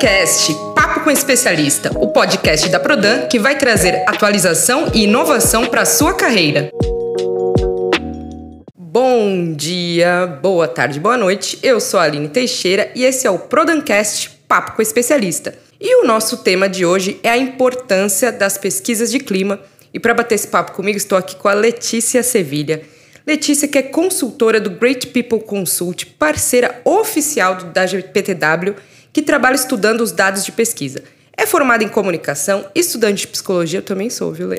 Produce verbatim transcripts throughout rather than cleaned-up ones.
ProdanCast, Papo com Especialista, o podcast da Prodan que vai trazer atualização e inovação para a sua carreira. Bom dia, boa tarde, boa noite. Eu sou a Aline Teixeira e esse é o ProdanCast, Papo com Especialista. E o nosso tema de hoje é a importância das pesquisas de clima. E para bater esse papo comigo, estou aqui com a Letícia Sevilha. Letícia, que é consultora do Great People Consult, parceira oficial da G P T W, que trabalha estudando os dados de pesquisa. É formada em comunicação, estudante de psicologia, eu também sou, viu, Lê?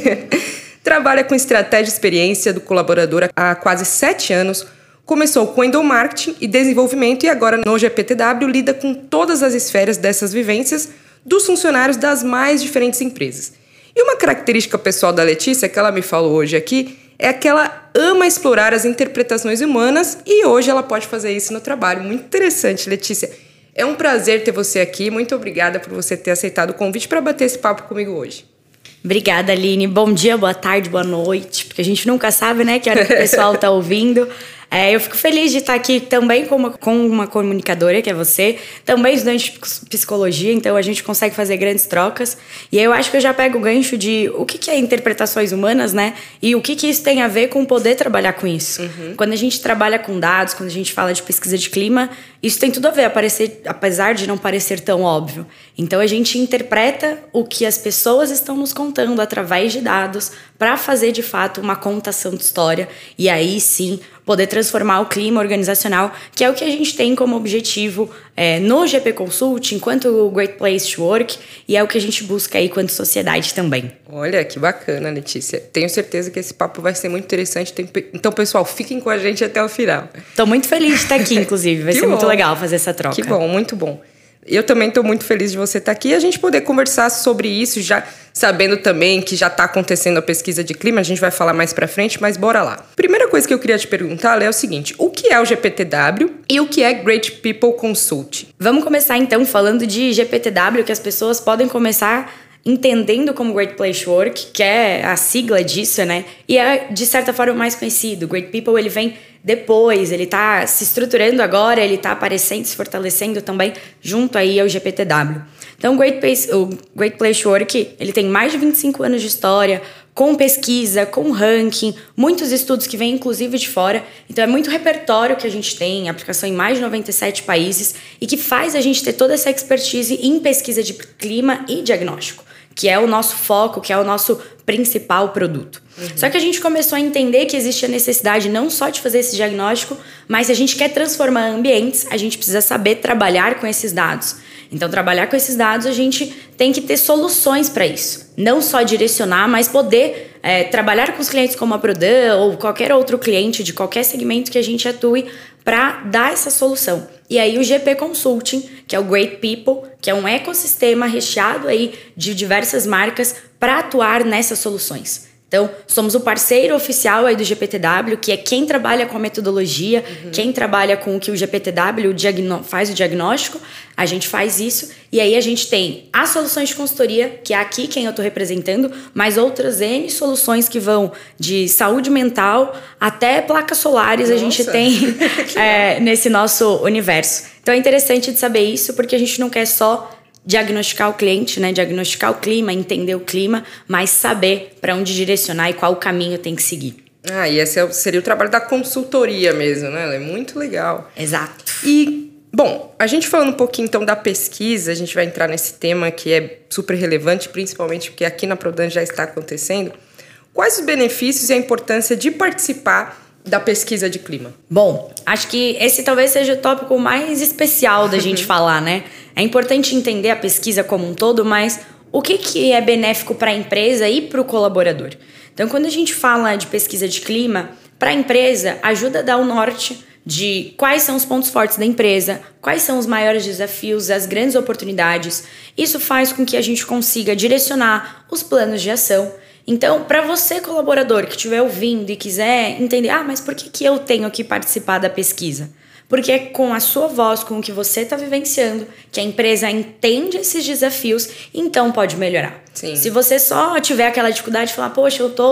Trabalha com estratégia e experiência do colaborador há quase sete anos, começou com endomarketing e desenvolvimento e agora no G P T W lida com todas as esferas dessas vivências dos funcionários das mais diferentes empresas. E uma característica pessoal da Letícia, que ela me falou hoje aqui, é que ela ama explorar as interpretações humanas e hoje ela pode fazer isso no trabalho. Muito interessante, Letícia. É um prazer ter você aqui. Muito obrigada por você ter aceitado o convite para bater esse papo comigo hoje. Obrigada, Aline. Bom dia, boa tarde, boa noite, porque a gente nunca sabe, né, que hora que o pessoal está ouvindo. É, eu fico feliz de estar aqui também com uma, com uma comunicadora, que é você, também estudante de psicologia, então a gente consegue fazer grandes trocas. E eu acho que eu já pego o gancho de o que, que é interpretações humanas, né? E o que, que isso tem a ver com poder trabalhar com isso. Uhum. Quando a gente trabalha com dados, quando a gente fala de pesquisa de clima, isso tem tudo a ver, aparecer, apesar de não parecer tão óbvio. Então a gente interpreta o que as pessoas estão nos contando através de dados para fazer, de fato, uma contação de história. E aí, sim, poder transformar o clima organizacional, que é o que a gente tem como objetivo é, no G P Consult, enquanto Great Place to Work, e é o que a gente busca aí quanto sociedade também. Olha, que bacana, Letícia. Tenho certeza que esse papo vai ser muito interessante. Então, pessoal, fiquem com a gente até o final. Estou muito feliz de estar aqui, inclusive. Vai ser bom. Muito legal fazer essa troca. Que bom, muito bom. Eu também estou muito feliz de você estar aqui e a gente poder conversar sobre isso, já sabendo também que já está acontecendo a pesquisa de clima, a gente vai falar mais para frente, mas bora lá. Primeira coisa que eu queria te perguntar, Lê, é o seguinte: o que é o G P T W e o que é Great People Consult? Vamos começar então falando de G P T W, que as pessoas podem começar entendendo como Great Place to Work, que é a sigla disso, né? E é, de certa forma, o mais conhecido. Great People, ele vem depois, ele tá se estruturando agora, ele tá aparecendo, se fortalecendo também junto aí ao G P T W. Então, Great Place, o Great Place to Work, ele tem mais de vinte e cinco anos de história, com pesquisa, com ranking, muitos estudos que vêm inclusive de fora. Então é muito repertório que a gente tem, aplicação em mais de noventa e sete países e que faz a gente ter toda essa expertise em pesquisa de clima e diagnóstico, que é o nosso foco, que é o nosso principal produto. Uhum. Só que a gente começou a entender que existe a necessidade não só de fazer esse diagnóstico, mas se a gente quer transformar ambientes, a gente precisa saber trabalhar com esses dados. Então, trabalhar com esses dados, a gente tem que ter soluções para isso. Não só direcionar, mas poder é, trabalhar com os clientes como a Prodan ou qualquer outro cliente de qualquer segmento que a gente atue para dar essa solução. E aí o G P Consulting, que é o Great People, que é um ecossistema recheado aí de diversas marcas para atuar nessas soluções. Então, somos o parceiro oficial aí do G P T W, que é quem trabalha com a metodologia, uhum. quem trabalha com o que o G P T W diagno- faz o diagnóstico, a gente faz isso. E aí a gente tem as soluções de consultoria, que é aqui quem eu estou representando, mas outras N soluções que vão de saúde mental até placas solares. Nossa. A gente tem é, nesse nosso universo. Então é interessante de saber isso, porque a gente não quer só diagnosticar o cliente, né? Diagnosticar o clima, entender o clima, mas saber para onde direcionar e qual caminho tem que seguir. Ah, e esse seria o trabalho da consultoria mesmo, né? É muito legal. Exato. E, bom, a gente falando um pouquinho então da pesquisa, a gente vai entrar nesse tema que é super relevante, principalmente porque aqui na Prodan já está acontecendo. Quais os benefícios e a importância de participar da pesquisa de clima? Bom, acho que esse talvez seja o tópico mais especial da gente falar, né? É importante entender a pesquisa como um todo, mas o que, que é benéfico para a empresa e para o colaborador? Então, quando a gente fala de pesquisa de clima, para a empresa, ajuda a dar o norte de quais são os pontos fortes da empresa, quais são os maiores desafios, as grandes oportunidades. Isso faz com que a gente consiga direcionar os planos de ação. Então, para você, colaborador, que estiver ouvindo e quiser entender, ah, mas por que, que eu tenho que participar da pesquisa? Porque é com a sua voz, com o que você está vivenciando, que a empresa entende esses desafios, então pode melhorar. Sim. Se você só tiver aquela dificuldade de falar, poxa, eu tô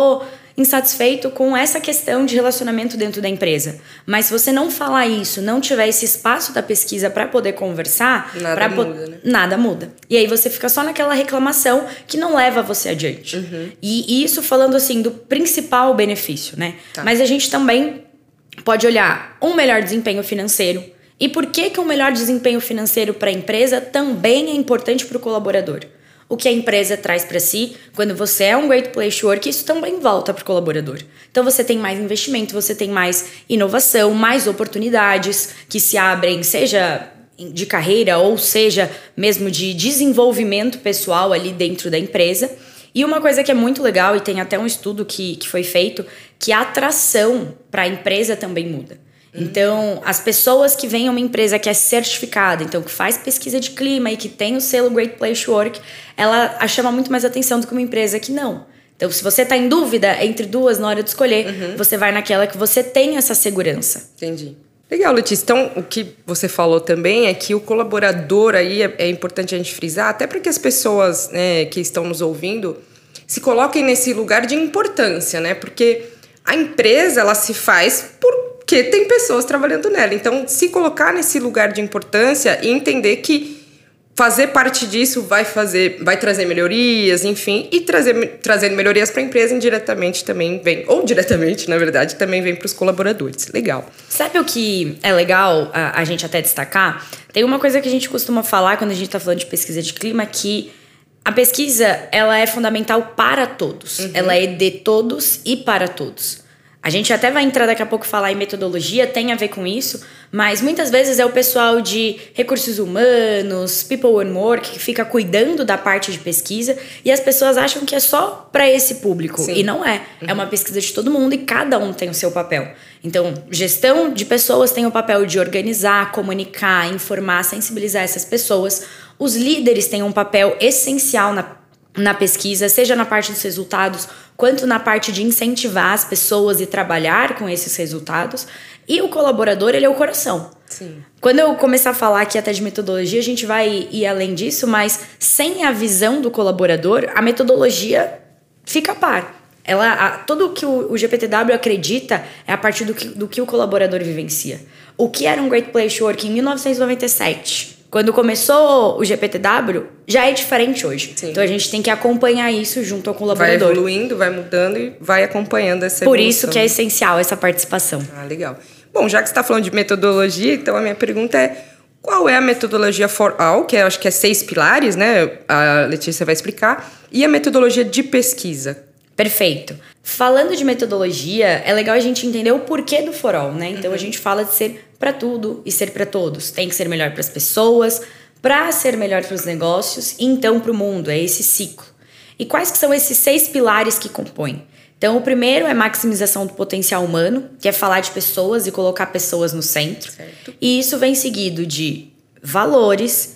insatisfeito com essa questão de relacionamento dentro da empresa. Mas se você não falar isso, não tiver esse espaço da pesquisa para poder conversar, nada muda, po- né? Nada muda. E aí você fica só naquela reclamação que não leva você adiante. Uhum. E, e isso falando assim do principal benefício, né? Tá. Mas a gente também pode olhar um melhor desempenho financeiro. E por que que um melhor desempenho financeiro para a empresa também é importante para o colaborador? O que a empresa traz para si, quando você é um Great Place to Work, isso também volta para o colaborador. Então você tem mais investimento, você tem mais inovação, mais oportunidades que se abrem, seja de carreira ou seja mesmo de desenvolvimento pessoal ali dentro da empresa. E uma coisa que é muito legal, e tem até um estudo que, que foi feito, que a atração para a empresa também muda. Então, as pessoas que vêm a uma empresa que é certificada, então que faz pesquisa de clima e que tem o selo Great Place to Work, ela chama muito mais atenção do que uma empresa que não. Então, se você está em dúvida entre duas na hora de escolher, uhum. você vai naquela que você tem essa segurança. Entendi. Legal, Letícia. Então, o que você falou também é que o colaborador aí é, é importante a gente frisar, até para que as pessoas, né, que estão nos ouvindo se coloquem nesse lugar de importância, né? Porque a empresa, ela se faz por porque tem pessoas trabalhando nela. Então, se colocar nesse lugar de importância e entender que fazer parte disso vai fazer, vai trazer melhorias, enfim, e trazer, trazendo melhorias para a empresa indiretamente também vem, ou diretamente, na verdade, também vem para os colaboradores. Legal. Sabe o que é legal a, a gente até destacar? Tem uma coisa que a gente costuma falar quando a gente está falando de pesquisa de clima, que a pesquisa, ela é fundamental para todos. Uhum. Ela é de todos e para todos. A gente até vai entrar daqui a pouco falar em metodologia, tem a ver com isso, mas muitas vezes é o pessoal de recursos humanos, people and work, que fica cuidando da parte de pesquisa e as pessoas acham que é só para esse público. Sim. E não é. Uhum. É uma pesquisa de todo mundo e cada um tem o seu papel. Então, gestão de pessoas tem o papel de organizar, comunicar, informar, sensibilizar essas pessoas. Os líderes têm um papel essencial na, na pesquisa, seja na parte dos resultados, quanto na parte de incentivar as pessoas e trabalhar com esses resultados. E o colaborador, ele é o coração. Sim. Quando eu começar a falar aqui até de metodologia, a gente vai ir além disso, mas sem a visão do colaborador, a metodologia fica a par. Ela, a, tudo o que o, o G P T W acredita é a partir do que, do que o colaborador vivencia. O que era um Great Place to Work em mil novecentos e noventa e sete... Quando começou o G P T W, já é diferente hoje. Sim. Então a gente tem que acompanhar isso junto ao colaborador. Vai evoluindo, vai mudando e vai acompanhando essa evolução. Por isso que é essencial essa participação. Ah, legal. Bom, já que você está falando de metodologia, então a minha pergunta é: qual é a metodologia for all, que eu acho que é seis pilares, né? A Letícia vai explicar. E a metodologia de pesquisa? Perfeito. Falando de metodologia, é legal a gente entender o porquê do for all, né? Então uhum. a gente fala de ser para tudo e ser para todos. Tem que ser melhor para as pessoas, para ser melhor para os negócios e então para o mundo. É esse ciclo. E quais que são esses seis pilares que compõem? Então, o primeiro é maximização do potencial humano, que é falar de pessoas e colocar pessoas no centro. Certo. E isso vem seguido de valores,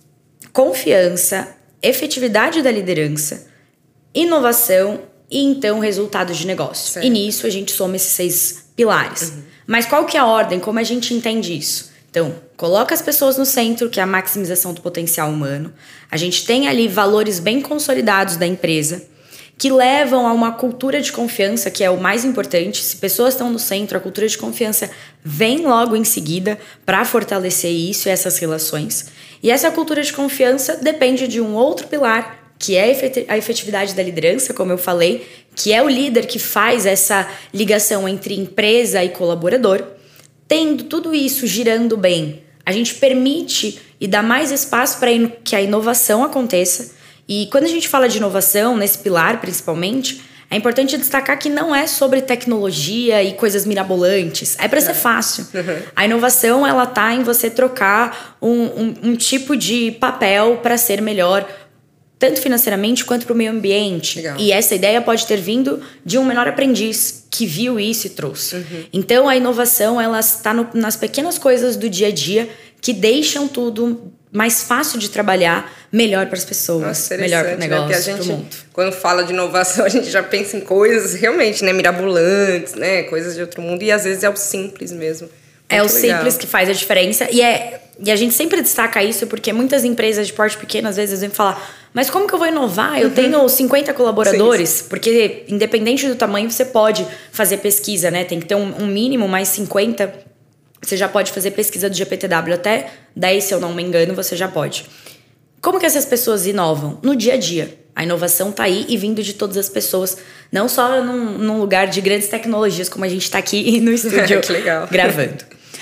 confiança, efetividade da liderança, inovação e então resultados de negócio. Certo. E nisso a gente soma esses seis pilares. Uhum. Mas qual que é a ordem? Como a gente entende isso? Então, coloca as pessoas no centro, que é a maximização do potencial humano. A gente tem ali valores bem consolidados da empresa, que levam a uma cultura de confiança, que é o mais importante. Se pessoas estão no centro, a cultura de confiança vem logo em seguida para fortalecer isso e essas relações. E essa cultura de confiança depende de um outro pilar, que é a efetividade da liderança, como eu falei, que é o líder que faz essa ligação entre empresa e colaborador. Tendo tudo isso girando bem, a gente permite e dá mais espaço para que a inovação aconteça. E quando a gente fala de inovação, nesse pilar principalmente, é importante destacar que não é sobre tecnologia e coisas mirabolantes. É para ser fácil. Uhum. A inovação, ela tá em você trocar um, um, um tipo de papel para ser melhor, tanto financeiramente quanto para o meio ambiente. Legal. E essa ideia pode ter vindo de um menor aprendiz que viu isso e trouxe. Uhum. Então, a inovação, ela está no, nas pequenas coisas do dia a dia que deixam tudo mais fácil de trabalhar, melhor para as pessoas, nossa, melhor para o negócio, né? Para o mundo. Quando fala de inovação, a gente já pensa em coisas realmente, né, mirabolantes, né, coisas de outro mundo, e às vezes é o simples mesmo. Muito é o legal. Simples que faz a diferença, e, é, e a gente sempre destaca isso porque muitas empresas de porte pequeno, às vezes, vêm falar: mas como que eu vou inovar? Eu uhum. tenho cinquenta colaboradores, sim, sim. Porque independente do tamanho, você pode fazer pesquisa, né? Tem que ter um, um mínimo, mais cinquenta, você já pode fazer pesquisa do G P T W. Até dez, se eu não me engano, você já pode. Como que essas pessoas inovam? No dia a dia. A inovação tá aí e vindo de todas as pessoas, não só num, num lugar de grandes tecnologias, como a gente tá aqui no estúdio que legal. Gravando.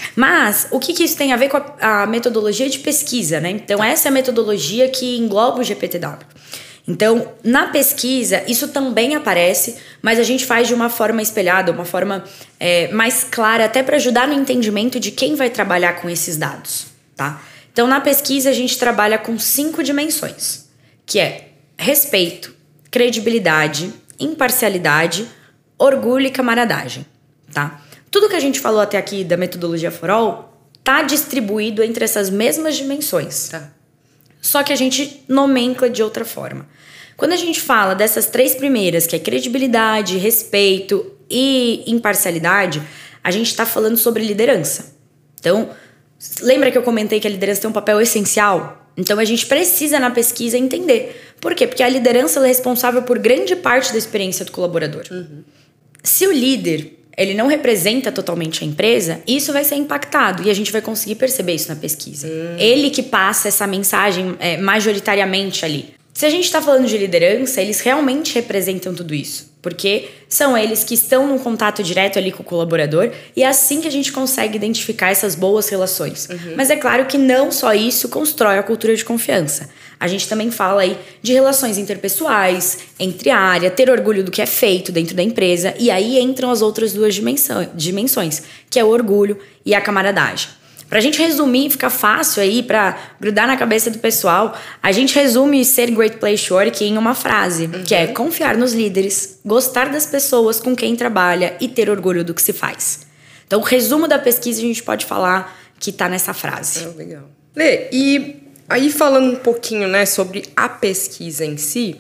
Mas o que, que isso tem a ver com a, a metodologia de pesquisa, né? Então, essa é a metodologia que engloba o G P T W. Então, na pesquisa, isso também aparece, mas a gente faz de uma forma espelhada, uma forma é, mais clara, até para ajudar no entendimento de quem vai trabalhar com esses dados, tá? Então, na pesquisa, a gente trabalha com cinco dimensões, que é respeito, credibilidade, imparcialidade, orgulho e camaradagem, tá? Tudo que a gente falou até aqui da metodologia For All tá distribuído entre essas mesmas dimensões. Tá. Só que a gente nomencla de outra forma. Quando a gente fala dessas três primeiras, que é credibilidade, respeito e imparcialidade, a gente está falando sobre liderança. Então, lembra que eu comentei que a liderança tem um papel essencial? Então, a gente precisa, na pesquisa, entender. Por quê? Porque a liderança ela é responsável por grande parte da experiência do colaborador. Uhum. Se o líder ele não representa totalmente a empresa, isso vai ser impactado. E a gente vai conseguir perceber isso na pesquisa. Uhum. Ele que passa essa mensagem é, majoritariamente ali. Se a gente está falando de liderança, eles realmente representam tudo isso. Porque são eles que estão num contato direto ali com o colaborador e é assim que a gente consegue identificar essas boas relações. Uhum. Mas é claro que não só isso constrói a cultura de confiança. A gente também fala aí de relações interpessoais, entre área, ter orgulho do que é feito dentro da empresa. E aí entram as outras duas dimensões, que é o orgulho e a camaradagem. Pra gente resumir, fica fácil aí pra grudar na cabeça do pessoal, a gente resume ser Great Place to Work em uma frase, uhum. que é confiar nos líderes, gostar das pessoas com quem trabalha e ter orgulho do que se faz. Então, o resumo da pesquisa a gente pode falar que tá nessa frase. Oh, legal. Lê, e aí falando um pouquinho, né, sobre a pesquisa em si,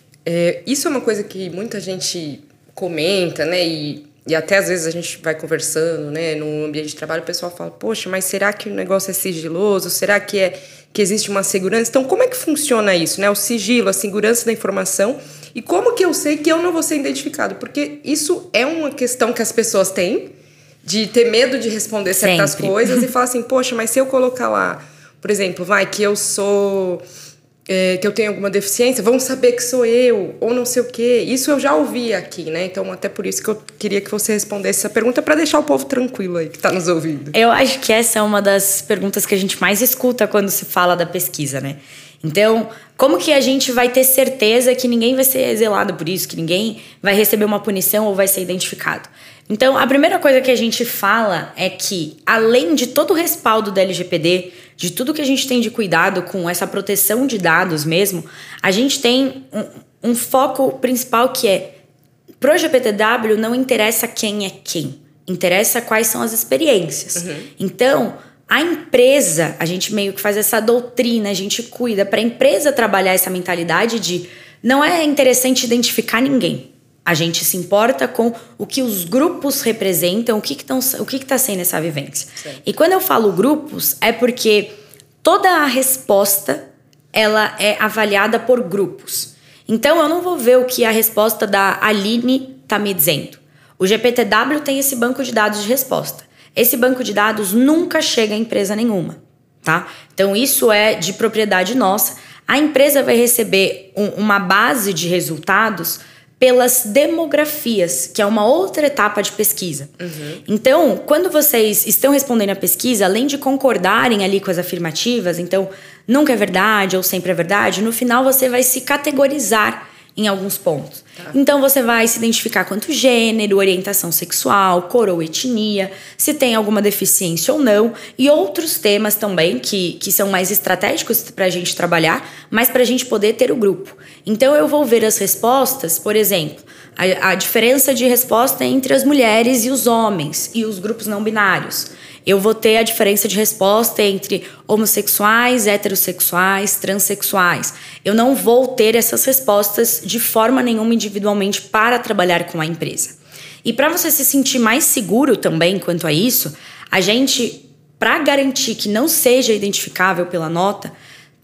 é, isso é uma coisa que muita gente comenta, né, e... E até às vezes a gente vai conversando, né, no ambiente de trabalho, o pessoal fala, poxa, mas será que o negócio é sigiloso? Será que, é, que existe uma segurança? Então, como é que funciona isso, né? O sigilo, a segurança da informação. E como que eu sei que eu não vou ser identificado? Porque isso é uma questão que as pessoas têm, de ter medo de responder certas Sempre. coisas e falar assim, poxa, mas se eu colocar lá, por exemplo, vai, que eu sou... É, que eu tenho alguma deficiência, vão saber que sou eu, ou não sei o quê. Isso eu já ouvi aqui, né? Então, até por isso que eu queria que você respondesse essa pergunta para deixar o povo tranquilo aí, que está nos ouvindo. Eu acho que essa é uma das perguntas que a gente mais escuta quando se fala da pesquisa, né? Então, como que a gente vai ter certeza que ninguém vai ser zelado por isso, que ninguém vai receber uma punição ou vai ser identificado? Então, a primeira coisa que a gente fala é que, além de todo o respaldo da L G P D, de tudo que a gente tem de cuidado com essa proteção de dados mesmo, a gente tem um, um foco principal que é, pro G P T W não interessa quem é quem, interessa quais são as experiências. Uhum. Então, a empresa, a gente meio que faz essa doutrina, a gente cuida para a empresa trabalhar essa mentalidade de não é interessante identificar ninguém. A gente se importa com o que os grupos representam, o que que o que está sendo essa vivência. Sim. E quando eu falo grupos, é porque toda a resposta ela é avaliada por grupos. Então, eu não vou ver o que a resposta da Aline está me dizendo. O G P T W tem esse banco de dados de resposta. Esse banco de dados nunca chega a empresa nenhuma, tá? Então, isso é de propriedade nossa. A empresa vai receber um, uma base de resultados pelas demografias, que é uma outra etapa de pesquisa. Uhum. Então, quando vocês estão respondendo a pesquisa, além de concordarem ali com as afirmativas, então, nunca é verdade ou sempre é verdade, no final você vai se categorizar em alguns pontos. Tá. Então, você vai se identificar quanto gênero, orientação sexual, cor ou etnia, se tem alguma deficiência ou não, e outros temas também que, que são mais estratégicos para a gente trabalhar, mas para a gente poder ter o grupo. Então, eu vou ver as respostas, por exemplo, a, a diferença de resposta entre as mulheres e os homens e os grupos não binários. Eu vou ter a diferença de resposta entre homossexuais, heterossexuais, transexuais. Eu não vou ter essas respostas de forma nenhuma individualmente para trabalhar com a empresa. E para você se sentir mais seguro também quanto a isso, a gente, para garantir que não seja identificável pela nota,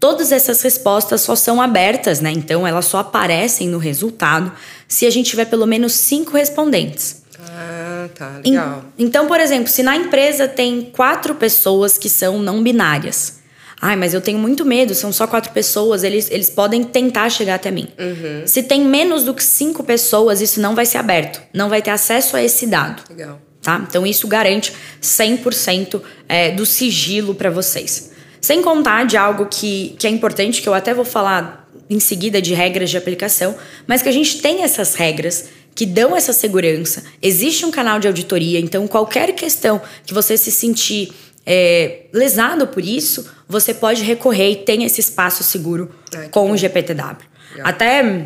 Todas essas respostas só são abertas, né? Então, elas só aparecem no resultado se a gente tiver pelo menos cinco respondentes. Ah, tá, legal. Então, por exemplo, se na empresa tem quatro pessoas que são não binárias. Ai, mas eu tenho muito medo, são só quatro pessoas, eles, eles podem tentar chegar até mim. Uhum. Se tem menos do que cinco pessoas, isso não vai ser aberto. Não vai ter acesso a esse dado. Legal. Tá? Então, isso garante cem por cento é, do sigilo para vocês. Sem contar de algo que, que é importante, que eu até vou falar em seguida de regras de aplicação, mas que a gente tem essas regras que dão essa segurança. Existe um canal de auditoria, então qualquer questão que você se sentir é, lesado por isso, você pode recorrer e tem esse espaço seguro Ai, com bom. o G P T W. Legal. Até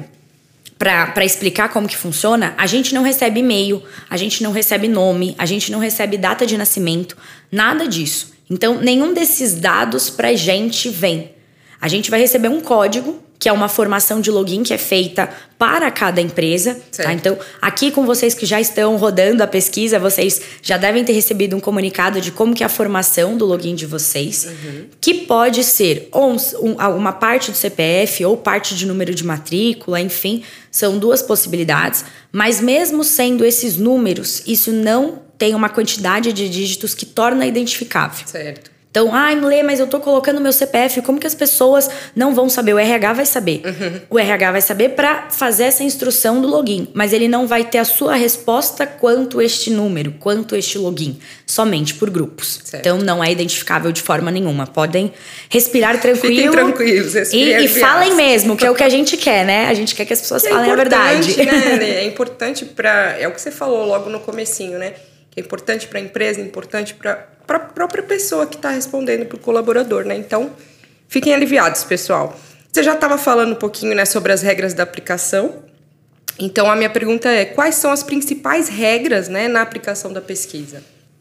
para explicar como que funciona, a gente não recebe e-mail, a gente não recebe nome, a gente não recebe data de nascimento, nada disso. Então, nenhum desses dados pra gente vem. A gente vai receber um código, que é uma formação de login que é feita para cada empresa. Tá? Então, aqui com vocês que já estão rodando a pesquisa, vocês já devem ter recebido um comunicado de como que é a formação do login de vocês, uhum. que pode ser ou um, uma parte do C P F ou parte de número de matrícula, enfim, são duas possibilidades. Mas mesmo sendo esses números, isso não tem uma quantidade de dígitos que torna identificável. Certo. Então, ai, Lê, mas eu tô colocando meu C P F, como que as pessoas não vão saber? O R H vai saber. Uhum. O R H vai saber para fazer essa instrução do login, mas ele não vai ter a sua resposta quanto este número, quanto este login, somente por grupos. Certo. Então, não é identificável de forma nenhuma. Podem respirar tranquilo. Fiquem tranquilos. E, e falem mesmo, que é o que a gente quer, né? A gente quer que as pessoas é falem a verdade. Né? É importante para... É o que você falou logo no comecinho, né? Que é importante para a empresa, é importante para a própria pessoa que está respondendo para o colaborador, né? Então, fiquem aliviados, pessoal. Você já estava falando um pouquinho, né, sobre as regras da aplicação. Então, a minha pergunta é, quais são as principais regras, né, na aplicação da pesquisa?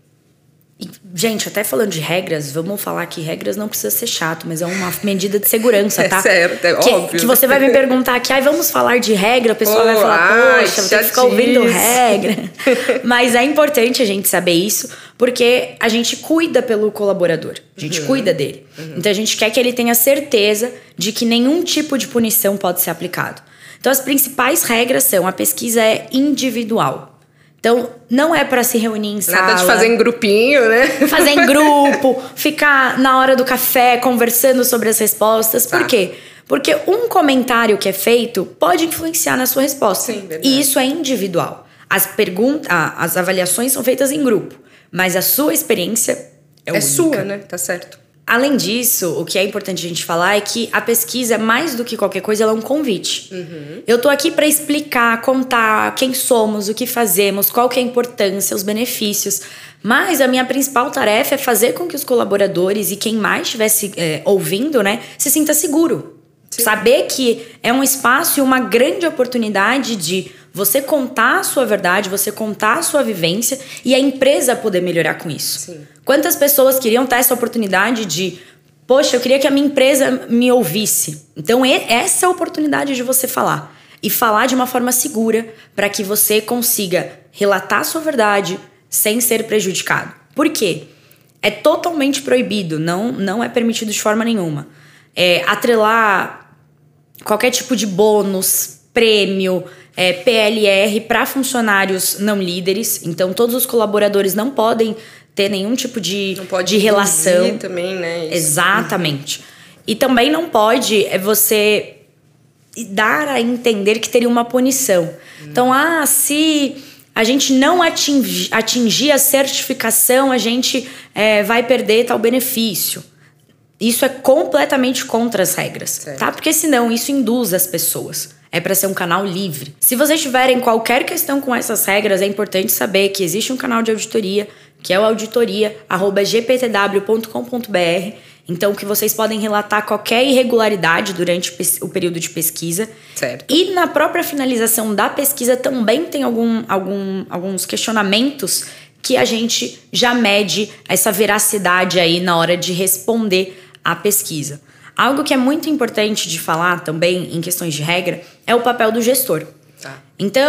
E, gente, até falando de regras, vamos falar que regras não precisa ser chato, mas é uma medida de segurança, tá? É certo, é que, óbvio. Que você vai me perguntar aqui, ai, vamos falar de regra, a pessoa oh, vai falar, poxa, vou ter que ficar ouvindo regra. Mas é importante a gente saber isso, porque a gente cuida pelo colaborador, a gente uhum. cuida dele. Uhum. Então a gente quer que ele tenha certeza de que nenhum tipo de punição pode ser aplicado. Então as principais regras são, a pesquisa é individual. Então, não é para se reunir em sala. Nada de fazer em grupinho, né? Fazer em grupo, ficar na hora do café conversando sobre as respostas. Tá. Por quê? Porque um comentário que é feito pode influenciar na sua resposta. Sim, verdade. E isso é individual. As perguntas, as avaliações são feitas em grupo, mas a sua experiência é única. É sua, né? Tá certo. Além disso, o que é importante a gente falar é que a pesquisa, mais do que qualquer coisa, ela é um convite. Uhum. Eu tô aqui para explicar, contar quem somos, o que fazemos, qual que é a importância, os benefícios. Mas a minha principal tarefa é fazer com que os colaboradores e quem mais estivesse é, ouvindo, né, se sinta seguro. Sim. Saber que é um espaço e uma grande oportunidade de você contar a sua verdade, você contar a sua vivência e a empresa poder melhorar com isso. Sim. Quantas pessoas queriam ter essa oportunidade de, poxa, eu queria que a minha empresa me ouvisse. Então, essa é a oportunidade de você falar. E falar de uma forma segura para que você consiga relatar a sua verdade sem ser prejudicado. Por quê? É totalmente proibido, não, não é permitido de forma nenhuma. É, atrelar qualquer tipo de bônus, prêmio, é, P L R para funcionários não líderes. Então, todos os colaboradores não podem ter nenhum tipo de, não pode de relação. Também, né? Isso. Exatamente. E também não pode é você dar a entender que teria uma punição. Hum. Então, ah, se a gente não atingir, atingir a certificação, a gente é, vai perder tal benefício. Isso é completamente contra as regras, certo. Tá? Porque senão isso induz as pessoas. É para ser um canal livre. Se vocês tiverem qualquer questão com essas regras, é importante saber que existe um canal de auditoria, que é o auditoria arroba g p t w ponto com ponto b r. Então, que vocês podem relatar qualquer irregularidade durante o período de pesquisa. Certo. E na própria finalização da pesquisa também tem algum, algum, alguns questionamentos que a gente já mede essa veracidade aí na hora de responder a pesquisa. Algo que é muito importante de falar também em questões de regra é o papel do gestor. Tá. Então,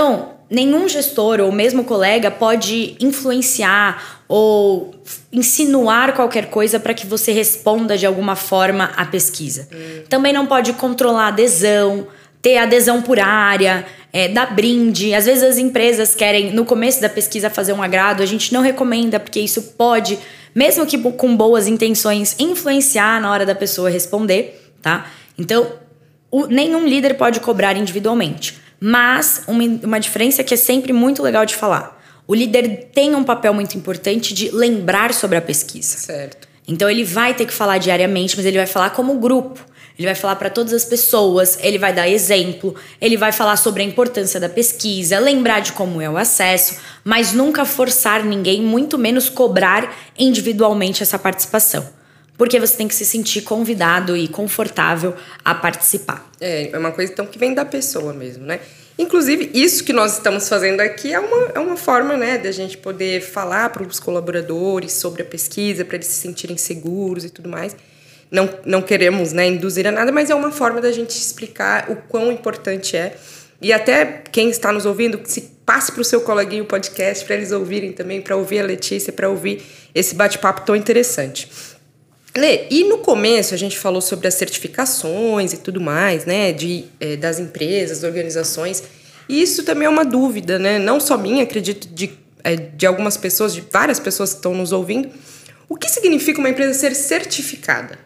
nenhum gestor ou mesmo colega pode influenciar ou insinuar qualquer coisa para que você responda de alguma forma à pesquisa. Hum. Também não pode controlar a adesão, ter adesão por área, é, dar brinde. Às vezes as empresas querem, no começo da pesquisa, fazer um agrado. A gente não recomenda, porque isso pode, mesmo que com boas intenções, influenciar na hora da pessoa responder, tá? Então, o, nenhum líder pode cobrar individualmente. Mas uma, uma diferença que é sempre muito legal de falar. O líder tem um papel muito importante de lembrar sobre a pesquisa. Certo. Então ele vai ter que falar diariamente, mas ele vai falar como grupo. Ele vai falar para todas as pessoas, ele vai dar exemplo, ele vai falar sobre a importância da pesquisa, lembrar de como é o acesso, mas nunca forçar ninguém, muito menos cobrar individualmente essa participação. Porque você tem que se sentir convidado e confortável a participar. É, é uma coisa então que vem da pessoa mesmo, né? Inclusive, isso que nós estamos fazendo aqui é uma, é uma forma, né, da gente poder falar para os colaboradores sobre a pesquisa, para eles se sentirem seguros e tudo mais. Não, não queremos, né, induzir a nada, mas é uma forma da gente explicar o quão importante é. E até quem está nos ouvindo, se passe para o seu coleguinho o podcast, para eles ouvirem também, para ouvir a Letícia, para ouvir esse bate-papo tão interessante. Lê, e no começo a gente falou sobre as certificações e tudo mais, né, de, é, das empresas, organizações, e isso também é uma dúvida, né, não só minha, acredito, de, é, de algumas pessoas, de várias pessoas que estão nos ouvindo. O que significa uma empresa ser certificada?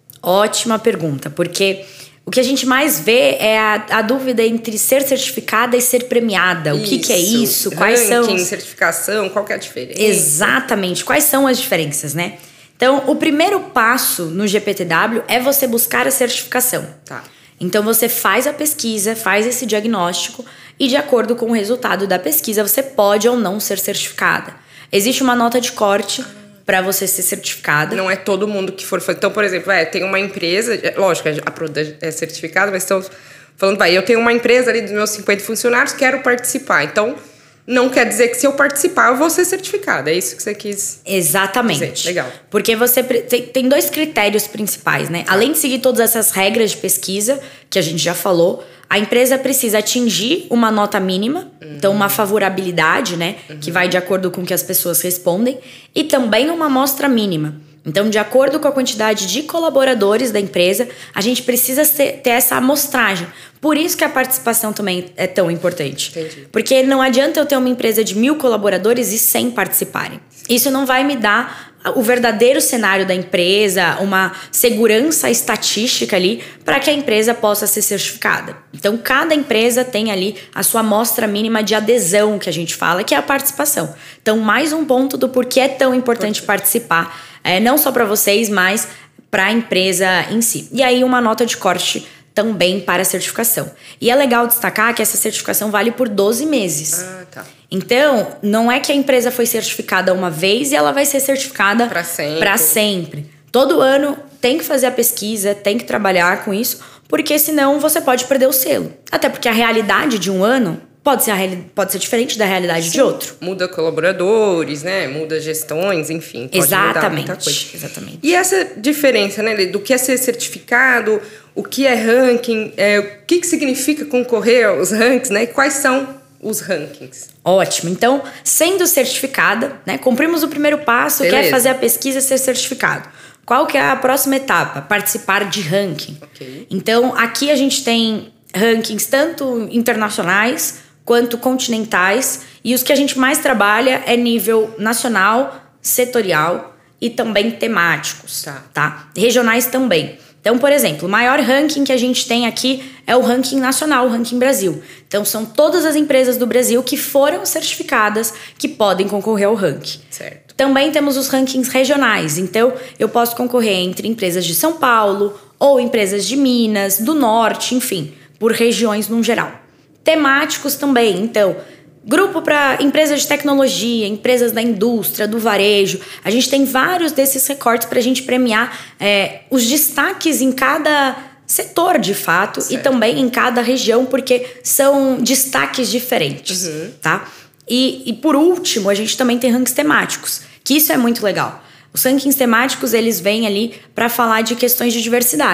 Ótima pergunta, porque o que a gente mais vê é a, a dúvida entre ser certificada e ser premiada. O isso. que, que é isso? Quais Ranking, são... certificação, qual que é a diferença? Exatamente, quais são as diferenças, né? Então, o primeiro passo no G P T W é você buscar a certificação. Tá. Então, você faz a pesquisa, faz esse diagnóstico e, de acordo com o resultado da pesquisa, você pode ou não ser certificada. Existe uma nota de corte para você ser certificada. Não é todo mundo que for fazer. Então, por exemplo, é, tem uma empresa, lógico, a Prodan é certificada, mas estamos falando, vai, eu tenho uma empresa ali dos meus cinquenta funcionários, quero participar. Então, não quer dizer que se eu participar, eu vou ser certificada. É isso que você quis Exatamente. dizer. Legal. Porque você tem, tem dois critérios principais, né? Ah. Além de seguir todas essas regras de pesquisa, que a gente já falou, a empresa precisa atingir uma nota mínima, uhum. então uma favorabilidade, né? Uhum. Que vai de acordo com o que as pessoas respondem, e também uma amostra mínima. Então, de acordo com a quantidade de colaboradores da empresa, a gente precisa ter essa amostragem. Por isso que a participação também é tão importante. Entendi. Porque não adianta eu ter uma empresa de mil colaboradores e cem participarem. Isso não vai me dar o verdadeiro cenário da empresa, uma segurança estatística ali para que a empresa possa ser certificada. Então, cada empresa tem ali a sua amostra mínima de adesão, que a gente fala, que é a participação. Então, mais um ponto do porquê é tão importante participar. É, não só para vocês, mas para a empresa em si. E aí uma nota de corte também para a certificação. E é legal destacar que essa certificação vale por doze meses. Ah, tá. Então, não é que a empresa foi certificada uma vez e ela vai ser certificada para sempre. Para sempre. Todo ano tem que fazer a pesquisa, tem que trabalhar com isso, porque senão você pode perder o selo. Até porque a realidade de um ano Pode ser, a reali- pode ser diferente da realidade Sim. de outro. Muda colaboradores, né? Muda gestões, enfim. Pode exatamente, mudar muita coisa. Exatamente. E essa diferença, né, do que é ser certificado, o que é ranking, é, o que, que significa concorrer aos rankings, né? E quais são os rankings? Ótimo. Então, sendo certificada, né? Cumprimos o primeiro passo, Beleza. que é fazer a pesquisa e ser certificado. Qual que é a próxima etapa? Participar de ranking. Okay. Então, aqui a gente tem rankings tanto internacionais quanto continentais, e os que a gente mais trabalha é nível nacional, setorial e também temáticos, tá. tá? Regionais também. Então, por exemplo, o maior ranking que a gente tem aqui é o ranking nacional, o ranking Brasil. Então, são todas as empresas do Brasil que foram certificadas que podem concorrer ao ranking. Certo. Também temos os rankings regionais. Então, eu posso concorrer entre empresas de São Paulo ou empresas de Minas, do Norte, enfim, por regiões no geral. Temáticos também, então, grupo para empresas de tecnologia, empresas da indústria, do varejo. A gente tem vários desses recortes para a gente premiar é, os destaques em cada setor, de fato, certo. E também em cada região, porque são destaques diferentes, uhum. tá? E, e, por último, a gente também tem rankings temáticos, que isso é muito legal. Os rankings temáticos, eles vêm ali para falar de questões de diversidade.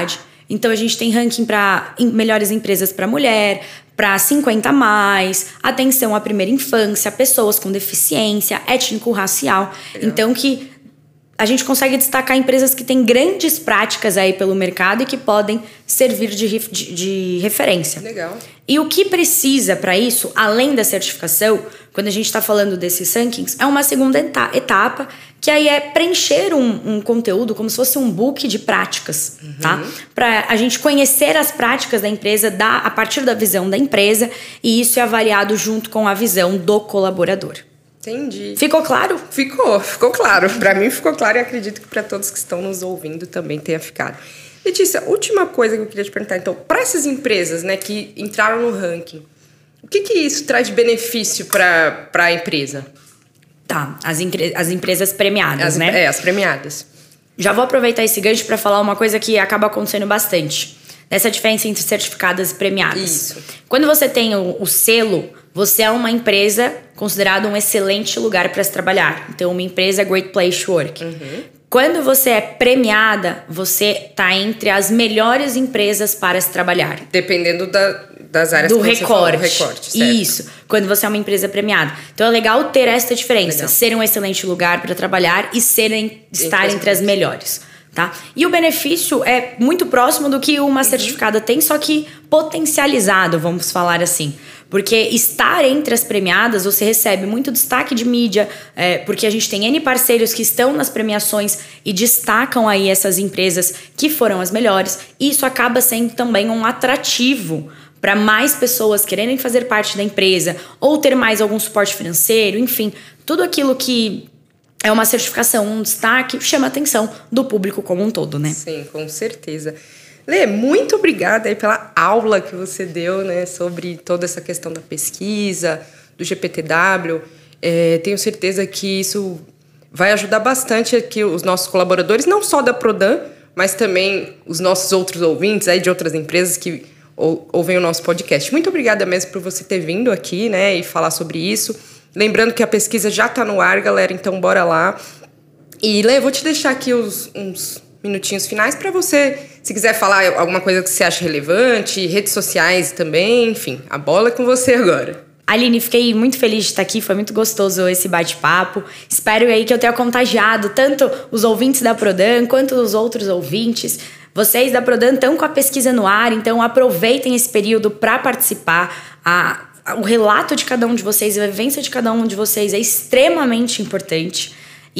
Então a gente tem ranking para melhores empresas para mulher, para cinquenta a mais, atenção à primeira infância, pessoas com deficiência, étnico-racial. Legal. Então que a gente consegue destacar empresas que têm grandes práticas aí pelo mercado e que podem servir de, de, de referência. Legal. E o que precisa para isso, além da certificação, quando a gente está falando desses rankings, é uma segunda etapa, que aí é preencher um, um conteúdo como se fosse um book de práticas, uhum. tá? Para a gente conhecer as práticas da empresa da, a partir da visão da empresa, e isso é avaliado junto com a visão do colaborador. Entendi. Ficou claro? Ficou, ficou claro. Para mim ficou claro e acredito que para todos que estão nos ouvindo também tenha ficado. Letícia, última coisa que eu queria te perguntar, então, para essas empresas, né, que entraram no ranking, o que que isso traz de benefício para a empresa? Tá, as, as empresas premiadas, as, né? É, as premiadas. Já vou aproveitar esse gancho para falar uma coisa que acaba acontecendo bastante. Dessa diferença entre certificadas e premiadas. Isso. Quando você tem o, o selo, você é uma empresa considerada um excelente lugar para se trabalhar. Então, uma empresa Great Place to Work. Uhum. Quando você é premiada, você está entre as melhores empresas para se trabalhar. Dependendo da, das áreas do que recorte. Você falou, do recorte, certo. Isso, quando você é uma empresa premiada. Então é legal ter essa diferença. Legal. Ser um excelente lugar para trabalhar e serem, estar entre, entre as melhores. Tá? E o benefício é muito próximo do que uma certificada uhum. tem, só que potencializado, vamos falar assim. Porque estar entre as premiadas, você recebe muito destaque de mídia, é, porque a gente tem N parceiros que estão nas premiações e destacam aí essas empresas que foram as melhores. E isso acaba sendo também um atrativo para mais pessoas quererem fazer parte da empresa ou ter mais algum suporte financeiro, enfim, tudo aquilo que é uma certificação, um destaque, chama a atenção do público como um todo, né? Sim, com certeza. Lê, muito obrigada aí pela aula que você deu, né, sobre toda essa questão da pesquisa, do G P T W. É, tenho certeza que isso vai ajudar bastante aqui os nossos colaboradores, não só da Prodan, mas também os nossos outros ouvintes aí de outras empresas que ou, ouvem o nosso podcast. Muito obrigada mesmo por você ter vindo aqui, né, e falar sobre isso. Lembrando que a pesquisa já está no ar, galera, então bora lá. E, Lê, eu vou te deixar aqui os, uns minutinhos finais para você, se quiser falar alguma coisa que você acha relevante, redes sociais também, enfim, a bola é com você agora. Aline, fiquei muito feliz de estar aqui, foi muito gostoso esse bate-papo. Espero aí que eu tenha contagiado tanto os ouvintes da Prodan quanto os outros ouvintes. Vocês da Prodan estão com a pesquisa no ar, então aproveitem esse período para participar. A O relato de cada um de vocês, a vivência de cada um de vocês é extremamente importante.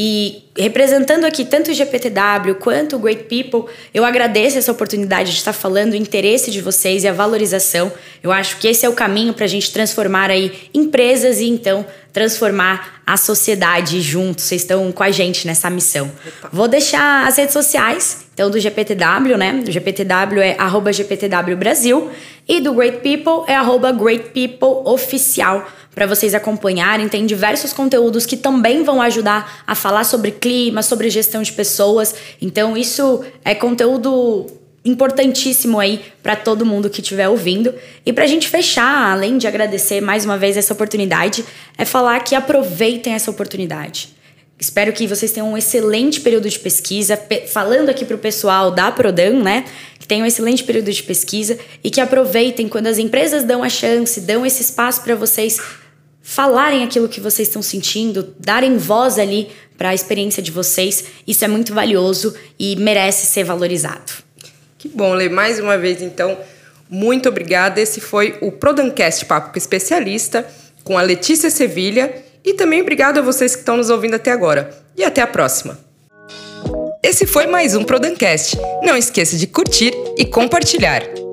E representando aqui tanto o G P T W quanto o Great People, eu agradeço essa oportunidade de estar falando, o interesse de vocês e a valorização. Eu acho que esse é o caminho para a gente transformar aí empresas e então transformar a sociedade juntos. Vocês estão com a gente nessa missão. Opa. Vou deixar as redes sociais, então do G P T W, né? Do G P T W é arroba G P T W Brasil e do Great People é arroba Great People Oficial, para vocês acompanharem. Tem diversos conteúdos que também vão ajudar a falar sobre clima, sobre gestão de pessoas. Então isso é conteúdo importantíssimo aí para todo mundo que estiver ouvindo. E para a gente fechar, além de agradecer mais uma vez essa oportunidade, é falar que aproveitem essa oportunidade. Espero que vocês tenham um excelente período de pesquisa, pe- falando aqui para o pessoal da Prodan, né? Que tenham um excelente período de pesquisa e que aproveitem quando as empresas dão a chance, dão esse espaço para vocês falarem aquilo que vocês estão sentindo, darem voz ali para a experiência de vocês. Isso é muito valioso e merece ser valorizado. Que bom, Lê. Mais uma vez, então, muito obrigada. Esse foi o Prodancast Papo com Especialista, com a Letícia Sevilha. E também obrigado a vocês que estão nos ouvindo até agora. E até a próxima. Esse foi mais um Prodancast. Não esqueça de curtir e compartilhar.